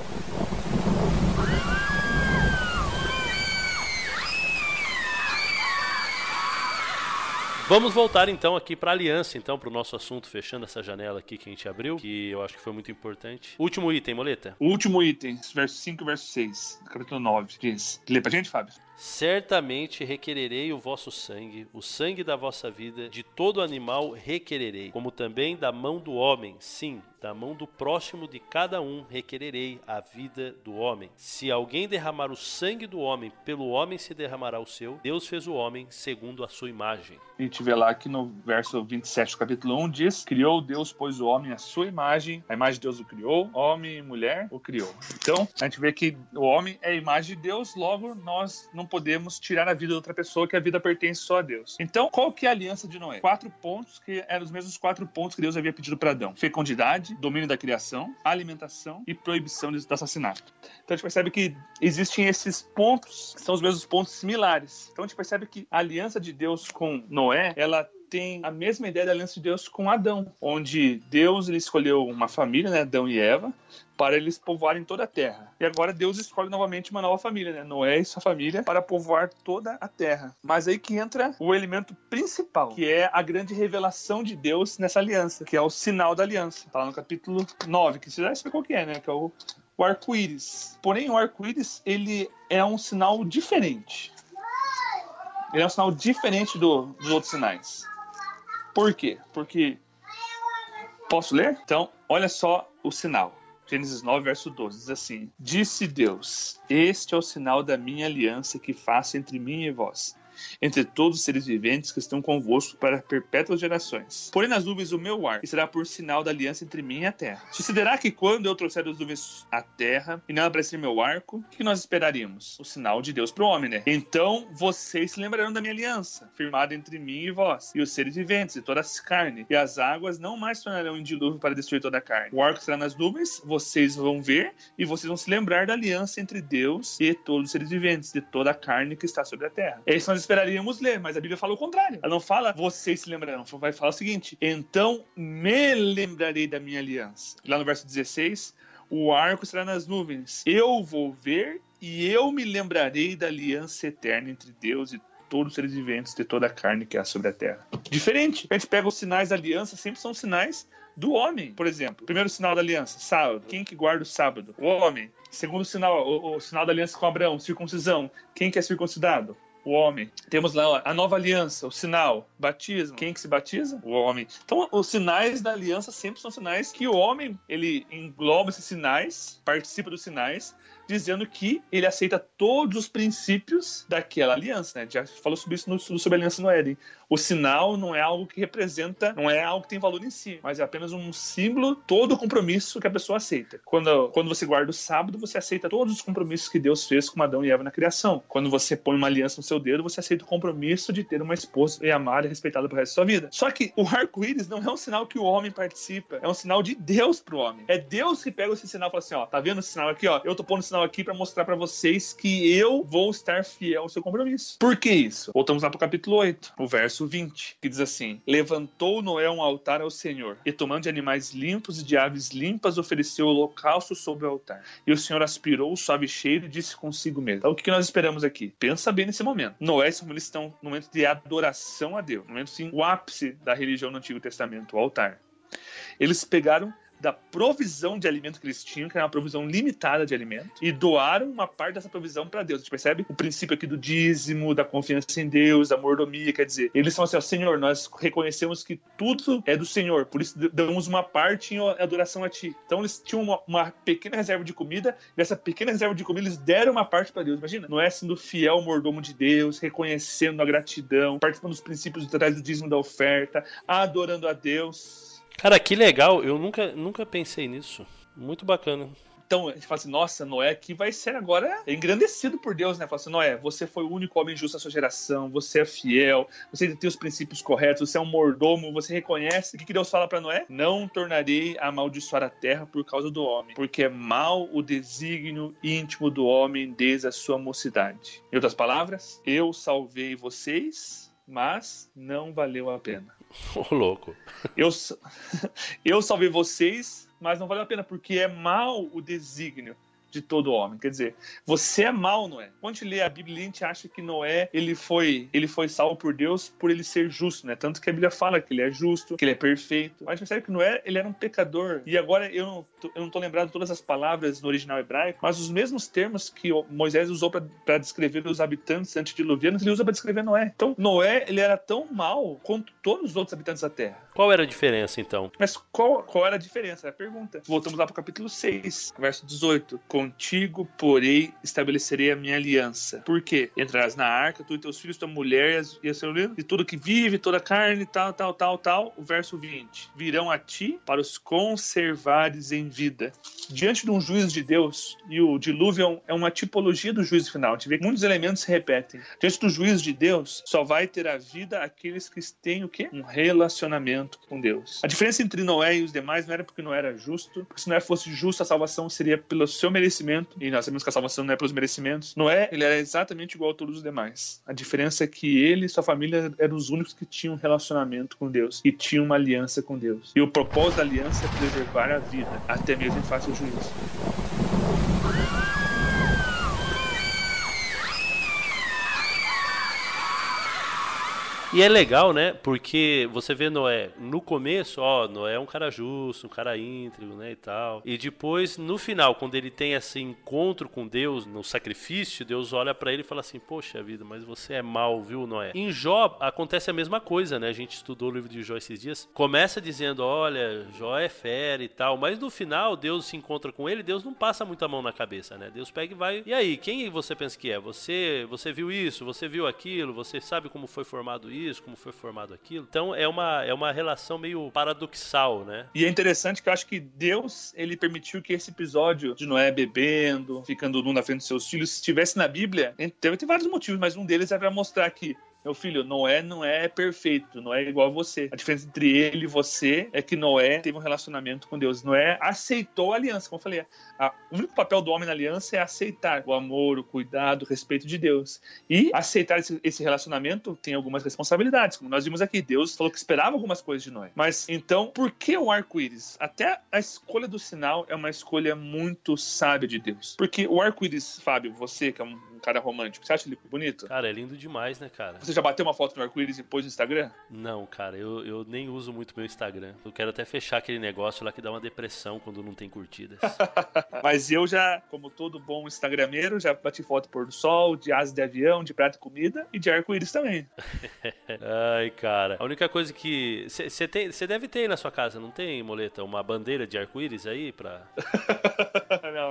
Vamos voltar então aqui para a aliança, então, para o nosso assunto, fechando essa janela aqui que a gente abriu, que eu acho que foi muito importante. Último item, Moleta. O último item, verso cinco e verso seis, capítulo nove, diz. Lê pra gente, Fábio. Certamente requererei o vosso sangue, o sangue da vossa vida, de todo animal requererei, como também da mão do homem, sim, da mão do próximo de cada um requererei a vida do homem. Se alguém derramar o sangue do homem, pelo homem se derramará o seu. Deus fez o homem segundo a sua imagem. A gente vê lá que no verso vinte e sete do capítulo um diz: criou Deus, pois, o homem à sua imagem, a imagem de Deus o criou, homem e mulher o criou. Então, a gente vê que o homem é a imagem de Deus, logo nós não podemos tirar a vida de outra pessoa, que a vida pertence só a Deus. Então, qual que é a aliança de Noé? Quatro pontos que eram os mesmos quatro pontos que Deus havia pedido para Adão: fecundidade, domínio da criação, alimentação e proibição do assassinato. Então, a gente percebe que existem esses pontos, que são os mesmos pontos similares. Então, a gente percebe que a aliança de Deus com Noé, ela tem a mesma ideia da aliança de Deus com Adão, onde Deus ele escolheu uma família, né, Adão e Eva, para eles povoarem toda a terra. E agora Deus escolhe novamente uma nova família, né, Noé e sua família, para povoar toda a terra. Mas aí que entra o elemento principal, que é a grande revelação de Deus nessa aliança, que é o sinal da aliança. Tá lá no capítulo nove, que você já sabe qual que é, né, que é o, o arco-íris. Porém, o arco-íris, ele é um sinal diferente. Ele é um sinal diferente do, dos outros sinais. Por quê? Porque... Posso ler? Então, olha só o sinal. Gênesis nove, verso doze, diz assim: disse Deus, este é o sinal da minha aliança que faço entre mim e vós, entre todos os seres viventes que estão convosco para perpétuas gerações. Porém nas nuvens o meu ar, e será por sinal da aliança entre mim e a terra. Sucederá que quando eu trouxer as nuvens à terra, e nela aparecer meu arco, o que nós esperaríamos? O sinal de Deus para o homem, né? Então vocês se lembrarão da minha aliança, firmada entre mim e vós, e os seres viventes, e toda a carne, e as águas não mais tornarão em dilúvio para destruir toda a carne. O arco será nas nuvens, vocês vão ver, e vocês vão se lembrar da aliança entre Deus e todos os seres viventes, de toda a carne que está sobre a terra. É isso que nós esperaríamos ler, mas a Bíblia fala o contrário. Ela não fala, vocês se lembrarão, vai falar o seguinte: então me lembrarei da minha aliança. Lá no verso dezesseis, o arco estará nas nuvens, eu vou ver e eu me lembrarei da aliança eterna entre Deus e todos os seres viventes de toda a carne que há sobre a terra. Diferente. A gente pega os sinais da aliança, sempre são sinais do homem. Por exemplo, primeiro sinal da aliança, sábado. Quem que guarda o sábado? O homem. Segundo sinal, o, o sinal da aliança com Abraão, circuncisão. Quem que é circuncidado? O homem. Temos lá a nova aliança, o sinal, batismo. Quem que se batiza? O homem. Então, os sinais da aliança sempre são sinais que o homem, ele engloba esses sinais, participa dos sinais, dizendo que ele aceita todos os princípios daquela aliança, né? Já falou sobre isso no estudo sobre a aliança no Éden. O sinal não é algo que representa, não é algo que tem valor em si, mas é apenas um símbolo, todo o compromisso que a pessoa aceita. Quando, quando você guarda o sábado, você aceita todos os compromissos que Deus fez com Adão e Eva na criação. Quando você põe uma aliança no seu dedo, você aceita o compromisso de ter uma esposa e amada e respeitada pro resto da sua vida. Só que o arco-íris não é um sinal que o homem participa, é um sinal de Deus pro homem. É Deus que pega esse sinal e fala assim, ó, tá vendo esse sinal aqui, ó? Eu tô pondo esse sinal aqui pra mostrar pra vocês que eu vou estar fiel ao seu compromisso. Por que isso? Voltamos lá pro capítulo oito, o verso vinte, que diz assim: levantou Noé um altar ao Senhor, e tomando de animais limpos e de aves limpas, ofereceu o holocausto sobre o altar. E o Senhor aspirou o suave cheiro e disse consigo mesmo. Então, o que nós esperamos aqui? Pensa bem nesse momento. Noé e sua família estão no momento de adoração a Deus, no momento, sim, o ápice da religião no Antigo Testamento, o altar. Eles pegaram da provisão de alimento que eles tinham, que era uma provisão limitada de alimento, e doaram uma parte dessa provisão para Deus. A gente percebe o princípio aqui do dízimo, da confiança em Deus, da mordomia, quer dizer, eles falam assim, ó, Senhor, nós reconhecemos que tudo é do Senhor, por isso damos uma parte em adoração a Ti. Então eles tinham uma, uma pequena reserva de comida, e essa pequena reserva de comida eles deram uma parte para Deus. Imagina, Noé sendo fiel mordomo de Deus, reconhecendo a gratidão, participando dos princípios através do dízimo da oferta, adorando a Deus. Cara, que legal, eu nunca, nunca pensei nisso. Muito bacana. Então, a gente fala assim, nossa, Noé aqui vai ser agora engrandecido por Deus, né? Fala assim, Noé, você foi o único homem justo da sua geração, você é fiel, você tem os princípios corretos, você é um mordomo, você reconhece. O que Deus fala para Noé? Não tornarei a amaldiçoar a terra por causa do homem, porque é mau o desígnio íntimo do homem desde a sua mocidade. Em outras palavras, eu salvei vocês, mas não valeu a pena. Ô, oh, louco. Eu, eu salvei vocês, mas não valeu a pena, porque é mau o desígnio de todo homem. Quer dizer, você é mau, Noé. Quando a gente lê a Bíblia, a gente acha que Noé ele foi, ele foi salvo por Deus por ele ser justo, né? Tanto que a Bíblia fala que ele é justo, que ele é perfeito. Mas a gente percebe que Noé, ele era um pecador. E agora eu não, eu não tô lembrado de todas as palavras no original hebraico, mas os mesmos termos que Moisés usou para descrever os habitantes antediluvianos, ele usa para descrever Noé. Então, Noé, ele era tão mau quanto todos os outros habitantes da terra. Qual era a diferença, então? Mas qual, qual era a diferença? É a pergunta. Voltamos lá para o capítulo seis, verso dezoito. Contigo, porém, estabelecerei a minha aliança. Por quê? Entrarás na arca, tu e teus filhos, tua mulher e a seu e tudo que vive, toda a carne, tal, tal, tal, tal. O verso vinte. Virão a ti para os conservares em vida. Diante de um juízo de Deus, e o dilúvio é uma tipologia do juízo final. A gente vê que muitos elementos se repetem. Diante do juízo de Deus, só vai ter a vida aqueles que têm o quê? Um relacionamento com Deus. A diferença entre Noé e os demais não era porque Noé era justo, porque se Noé fosse justo, a salvação seria pelo seu merecimento, e nós sabemos que a salvação não é pelos merecimentos. Noé, ele era exatamente igual a todos os demais. A diferença é que ele e sua família eram os únicos que tinham um relacionamento com Deus, e tinham uma aliança com Deus. E o propósito da aliança é preservar a vida, até mesmo em face do juízo. E é legal, né? Porque você vê Noé no começo, ó, Noé é um cara justo, um cara íntegro, né, e tal. E depois, no final, quando ele tem esse encontro com Deus, no sacrifício, Deus olha pra ele e fala assim, poxa vida, mas você é mau, viu, Noé? Em Jó acontece a mesma coisa, né? A gente estudou o livro de Jó esses dias. Começa dizendo, olha, Jó é fera e tal, mas no final, Deus se encontra com ele, Deus não passa muita mão na cabeça, né? Deus pega e vai, e aí, quem você pensa que é? Você, você viu isso? Você viu aquilo? Você sabe como foi formado isso? Isso, como foi formado aquilo. Então é uma, é uma relação meio paradoxal, né? E é interessante que eu acho que Deus, ele permitiu que esse episódio de Noé bebendo, ficando nu na frente dos seus filhos, estivesse na Bíblia. Deve ter vários motivos, mas um deles é para mostrar que meu filho, Noé não é perfeito, Noé é igual a você. A diferença entre ele e você é que Noé teve um relacionamento com Deus. Noé aceitou a aliança, como eu falei. A, o único papel do homem na aliança é aceitar o amor, o cuidado, o respeito de Deus. E aceitar esse, esse relacionamento tem algumas responsabilidades, como nós vimos aqui. Deus falou que esperava algumas coisas de Noé. Mas, então, por que o arco-íris? Até a escolha do sinal é uma escolha muito sábia de Deus. Porque o arco-íris, Fábio, você que é um cara romântico, você acha ele bonito? Cara, é lindo demais, né, cara? Você já bateu uma foto no arco-íris e pôs no Instagram? Não, cara, eu, eu nem uso muito meu Instagram. Eu quero até fechar aquele negócio lá que dá uma depressão quando não tem curtidas. Mas eu já, como todo bom instagrameiro, já bati foto pôr do sol, de asa de avião, de prato e comida e de arco-íris também. Ai, cara. A única coisa que... Você deve ter aí na sua casa, não tem, Moleta? Uma bandeira de arco-íris aí pra... Não,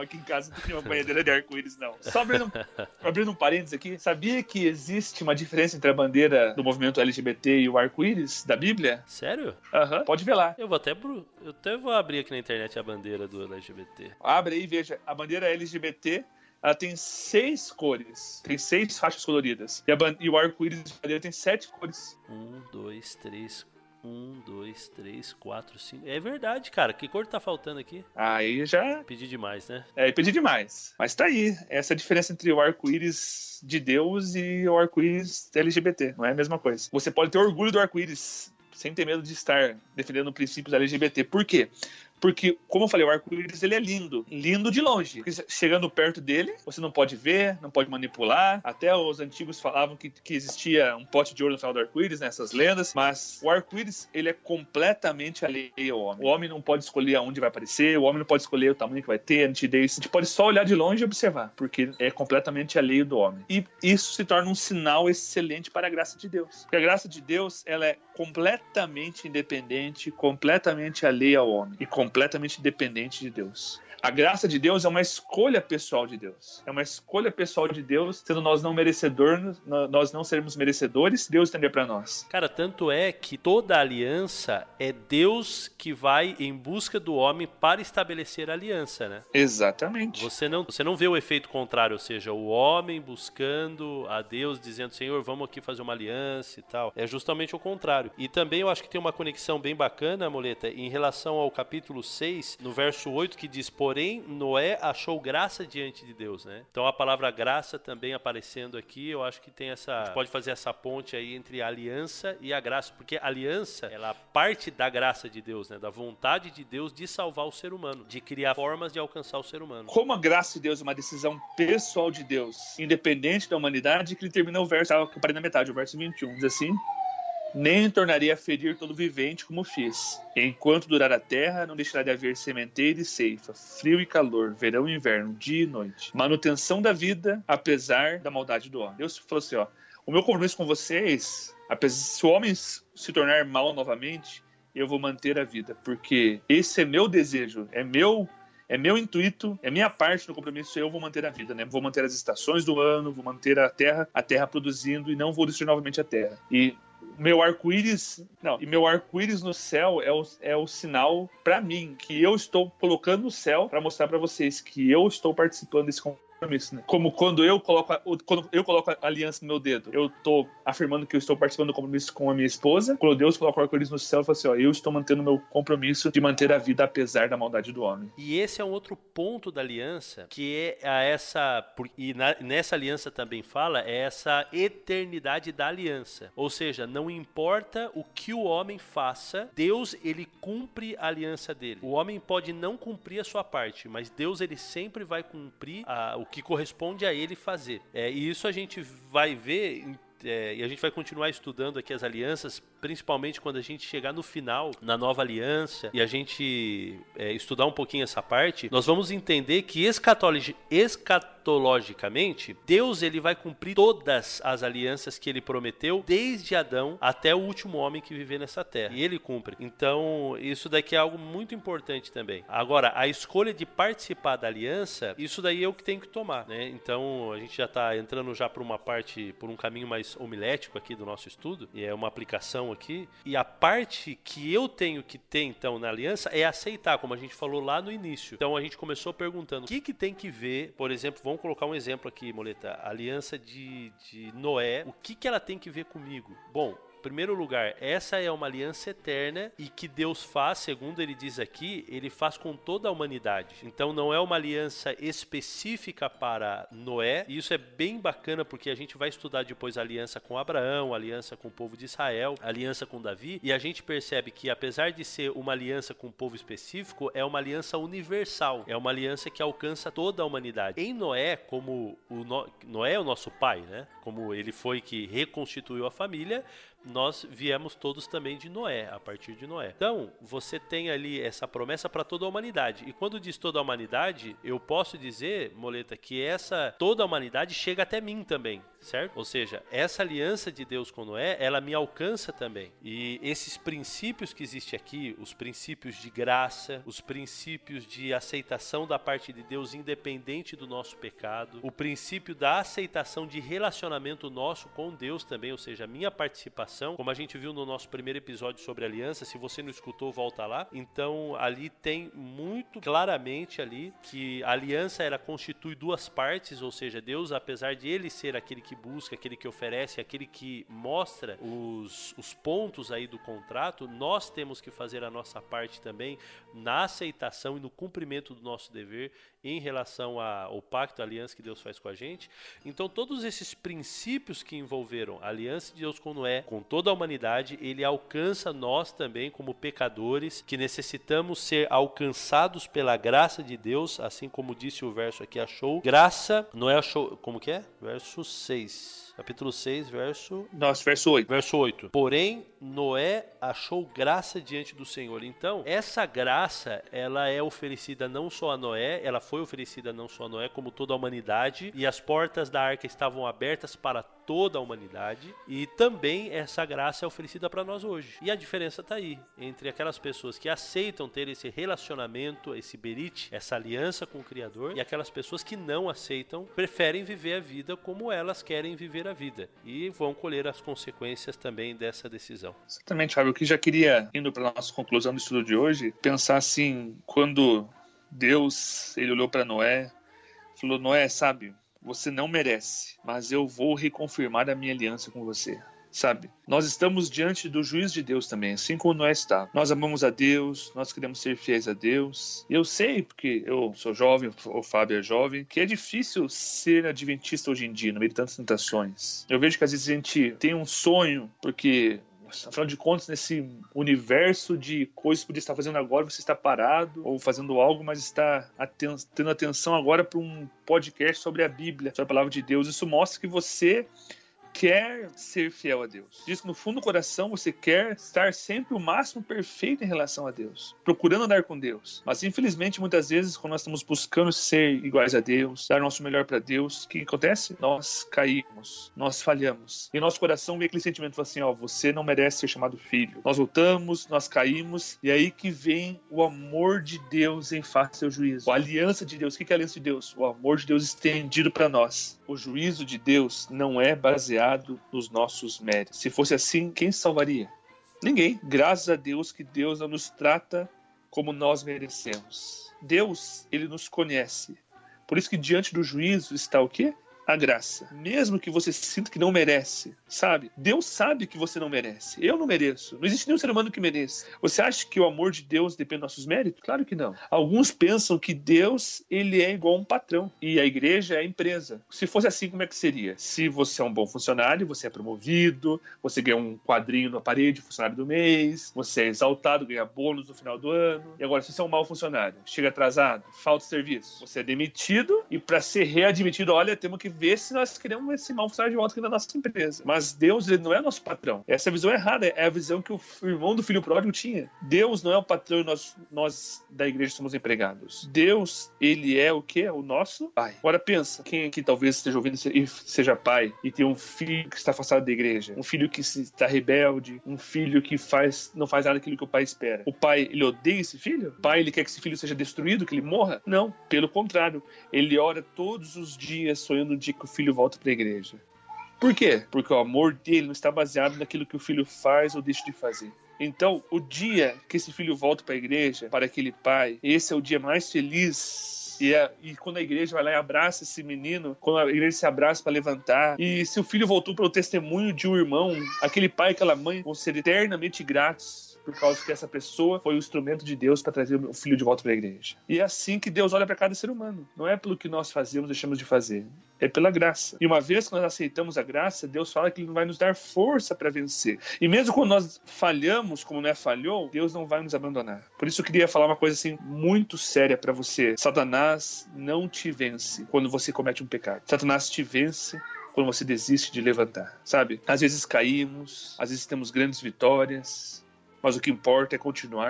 aqui em casa não tem uma bandeira de arco-íris, não. Só abrindo, abrindo um parênteses aqui, sabia que existe uma diferença entre a bandeira do movimento L G B T e o arco-íris da Bíblia? Sério? Aham, uhum. Pode ver lá. Eu vou até, eu até vou abrir aqui na internet a bandeira do L G B T. Abre aí e veja, a bandeira L G B T, ela tem seis cores, tem seis faixas coloridas. E, a, e o arco-íris da bandeira tem sete cores. Um, dois, três, um, dois, três, quatro, cinco. É verdade, cara. Que cor tá faltando aqui? Aí já... Pedi demais, né? É, pedi demais. Mas tá aí. Essa é a diferença entre o arco-íris de Deus e o arco-íris L G B T. Não é a mesma coisa. Você pode ter orgulho do arco-íris sem ter medo de estar defendendo princípios L G B T. Por quê? Porque, como eu falei, o arco-íris ele é lindo. Lindo de longe. Porque chegando perto dele, você não pode ver, não pode manipular. Até os antigos falavam que, que existia um pote de ouro no final do arco-íris, nessas lendas. Mas o arco-íris, ele é completamente alheio ao homem. O homem não pode escolher aonde vai aparecer, o homem não pode escolher o tamanho que vai ter, a nitidez. A gente pode só olhar de longe e observar, porque é completamente alheio do homem. E isso se torna um sinal excelente para a graça de Deus. Porque a graça de Deus, ela é completamente independente, completamente alheia ao homem. E completamente dependente de Deus. A graça de Deus é uma escolha pessoal de Deus. É uma escolha pessoal de Deus, sendo nós não merecedores, nós não sermos merecedores, Deus estender para nós. Cara, tanto é que toda aliança é Deus que vai em busca do homem para estabelecer a aliança, né? Exatamente. Você não, você não vê o efeito contrário, ou seja, o homem buscando a Deus, dizendo, Senhor, vamos aqui fazer uma aliança e tal. É justamente o contrário. E também eu acho que tem uma conexão bem bacana, Moleta, em relação ao capítulo seis, no verso oito, que diz, porém, Noé achou graça diante de Deus, né? Então a palavra graça também aparecendo aqui, eu acho que tem essa... A gente pode fazer essa ponte aí entre a aliança e a graça, porque a aliança, ela parte da graça de Deus, né? Da vontade de Deus de salvar o ser humano, de criar formas de alcançar o ser humano. Como a graça de Deus é uma decisão pessoal de Deus, independente da humanidade, que ele termina o verso, eu parei na metade, o verso vinte e um, diz assim... Nem tornaria a ferir todo vivente como fiz. Enquanto durar a terra, não deixará de haver sementeira e ceifa, frio e calor, verão e inverno, dia e noite. Manutenção da vida, apesar da maldade do homem. Deus falou assim, ó, o meu compromisso com vocês, apesar, se o homem se tornar mal novamente, eu vou manter a vida, porque esse é meu desejo, é meu... É meu intuito, é minha parte do compromisso, eu vou manter a vida, né? Vou manter as estações do ano, vou manter a terra, a terra produzindo e não vou destruir novamente a terra. E meu arco-íris, não, e meu arco-íris no céu é o, é o sinal para mim que eu estou colocando no céu para mostrar para vocês que eu estou participando desse compromisso. Né? Como quando eu coloco a, quando eu coloco a aliança no meu dedo, eu estou afirmando que eu estou participando do compromisso com a minha esposa. Quando Deus coloca o arco-íris no céu, eu falo assim, ó, eu estou mantendo o meu compromisso de manter a vida apesar da maldade do homem. E esse é um outro ponto da aliança, que é a essa, e na, nessa aliança também fala, é essa eternidade da aliança. Ou seja, não importa o que o homem faça, Deus, ele cumpre a aliança dele. O homem pode não cumprir a sua parte, mas Deus, ele sempre vai cumprir a, o que corresponde a ele fazer. É, e isso a gente vai ver... É, e a gente vai continuar estudando aqui as alianças, principalmente quando a gente chegar no final, na nova aliança, e a gente é, estudar um pouquinho essa parte, nós vamos entender que escatologi- escatologicamente, Deus, ele vai cumprir todas as alianças que ele prometeu, desde Adão até o último homem que viver nessa terra. E ele cumpre. Então, isso daqui é algo muito importante também. Agora, a escolha de participar da aliança, isso daí é o que tem que tomar, né? Então, a gente já está entrando já por uma parte, por um caminho mais homilético aqui do nosso estudo, e é uma aplicação aqui, e a parte que eu tenho que ter então na aliança é aceitar, como a gente falou lá no início. Então a gente começou perguntando, o que que tem que ver, por exemplo, vamos colocar um exemplo aqui, Moleta, a aliança de, de Noé, o que que ela tem que ver comigo? Bom, em primeiro lugar, essa é uma aliança eterna e que Deus faz, segundo ele diz aqui, ele faz com toda a humanidade. Então não é uma aliança específica para Noé. E isso é bem bacana porque a gente vai estudar depois a aliança com Abraão, a aliança com o povo de Israel, a aliança com Davi. E a gente percebe que apesar de ser uma aliança com um povo específico, é uma aliança universal. É uma aliança que alcança toda a humanidade. Em Noé, como o no... Noé é o nosso pai, né? Como ele foi que reconstituiu a família, nós viemos todos também de Noé, a partir de Noé. Então, você tem ali essa promessa para toda a humanidade. E quando diz toda a humanidade, eu posso dizer, Moleta, que essa toda a humanidade chega até mim também. certo? Ou seja, essa aliança de Deus com Noé, ela me alcança também. E esses princípios que existem aqui, os princípios de graça, os princípios de aceitação da parte de Deus independente do nosso pecado, o princípio da aceitação de relacionamento nosso com Deus também, ou seja, a minha participação, como a gente viu no nosso primeiro episódio sobre aliança, se você não escutou, volta lá. Então, ali tem muito claramente ali que a aliança ela constitui duas partes, ou seja, Deus, apesar de ele ser aquele que busca, aquele que oferece, aquele que mostra os, os pontos aí do contrato, nós temos que fazer a nossa parte também na aceitação e no cumprimento do nosso dever em relação ao pacto, a aliança que Deus faz com a gente. Então todos esses princípios que envolveram a aliança de Deus com Noé, com toda a humanidade, ele alcança nós também como pecadores, que necessitamos ser alcançados pela graça de Deus, assim como disse o verso aqui, achou graça, Noé achou, como que é? Verso seis. Capítulo seis, verso... Nossa, verso oito. Verso oito. Porém, Noé achou graça diante do Senhor. Então, essa graça, ela é oferecida não só a Noé, ela foi oferecida não só a Noé, como toda a humanidade, e as portas da arca estavam abertas para toda a humanidade, e também essa graça é oferecida para nós hoje. E a diferença está aí, entre aquelas pessoas que aceitam ter esse relacionamento, esse berite, essa aliança com o Criador, e aquelas pessoas que não aceitam, preferem viver a vida como elas querem viver a vida, e vão colher as consequências também dessa decisão. Exatamente, Fábio. Eu que já queria, indo para a nossa conclusão do estudo de hoje, pensar assim, quando Deus, ele olhou para Noé, falou, Noé, sabe, você não merece, mas eu vou reconfirmar a minha aliança com você. Sabe, nós estamos diante do juízo de Deus também, assim como Noé está. Nós amamos a Deus, nós queremos ser fiéis a Deus. E eu sei, porque eu sou jovem, o Fábio é jovem, que é difícil ser adventista hoje em dia, no meio de tantas tentações. Eu vejo que às vezes a gente tem um sonho, porque... afinal de contas, nesse universo de coisas que podia estar fazendo agora, você está parado ou fazendo algo, mas está aten- tendo atenção agora para um podcast sobre a Bíblia, sobre a palavra de Deus. Isso mostra que você quer ser fiel a Deus. Diz que no fundo do coração você quer estar sempre o máximo perfeito em relação a Deus, procurando andar com Deus. Mas infelizmente muitas vezes quando nós estamos buscando ser iguais a Deus, dar o nosso melhor para Deus, o que acontece? Nós caímos, nós falhamos. E nosso coração vem aquele sentimento assim, ó, você não merece ser chamado filho. Nós voltamos, nós caímos, e aí que vem o amor de Deus em face do seu juízo. A aliança de Deus. O que é a aliança de Deus? O amor de Deus estendido para nós. O juízo de Deus não é baseado nos nossos méritos. Se fosse assim, quem salvaria? Ninguém. Graças a Deus que Deus não nos trata como nós merecemos. Deus, ele nos conhece. Por isso que diante do juízo está o quê? A graça. Mesmo que você sinta que não merece, sabe? Deus sabe que você não merece. Eu não mereço. Não existe nenhum ser humano que mereça. Você acha que o amor de Deus depende dos nossos méritos? Claro que não. Alguns pensam que Deus, ele é igual a um patrão. E a igreja é a empresa. Se fosse assim, como é que seria? Se você é um bom funcionário, você é promovido, você ganha um quadrinho na parede, funcionário do mês, você é exaltado, ganha bônus no final do ano. E agora, se você é um mau funcionário, chega atrasado, falta serviço, você é demitido e para ser readmitido, olha, temos que ver se nós queremos esse mal funcionário de volta aqui na nossa empresa. Mas Deus, ele não é nosso patrão. Essa é a visão errada, é a visão que o irmão do filho pródigo tinha. Deus não é o patrão e nós, nós da igreja somos empregados. Deus, ele é o quê? O nosso pai. Agora pensa, quem aqui talvez esteja ouvindo e seja pai e tem um filho que está afastado da igreja, um filho que está rebelde, um filho que faz, não faz nada daquilo que o pai espera. O pai, ele odeia esse filho? O pai, ele quer que esse filho seja destruído, que ele morra? Não, pelo contrário. Ele ora todos os dias sonhando de que o filho volta para a igreja. Por quê? Porque o amor dele não está baseado naquilo que o filho faz ou deixa de fazer. Então, o dia que esse filho volta para a igreja, para aquele pai, esse é o dia mais feliz. E, é, e quando a igreja vai lá e abraça esse menino, quando a igreja se abraça para levantar, e se o filho voltou para o testemunho de um irmão, aquele pai e aquela mãe vão ser eternamente gratos, por causa que essa pessoa foi o instrumento de Deus para trazer o filho de volta para a igreja. E é assim que Deus olha para cada ser humano. Não é pelo que nós fazemos, deixamos de fazer. É pela graça. E uma vez que nós aceitamos a graça, Deus fala que Ele vai nos dar força para vencer. E mesmo quando nós falhamos, como Noé falhou, Deus não vai nos abandonar. Por isso eu queria falar uma coisa assim muito séria para você. Satanás não te vence quando você comete um pecado. Satanás te vence quando você desiste de levantar, sabe? Às vezes caímos, às vezes temos grandes vitórias, mas o que importa é continuar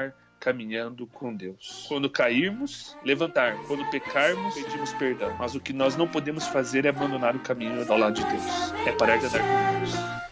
caminhando com Deus. Quando cairmos, levantar. Quando pecarmos, pedimos perdão. Mas o que nós não podemos fazer é abandonar o caminho ao lado de Deus. É parar de andar com Deus.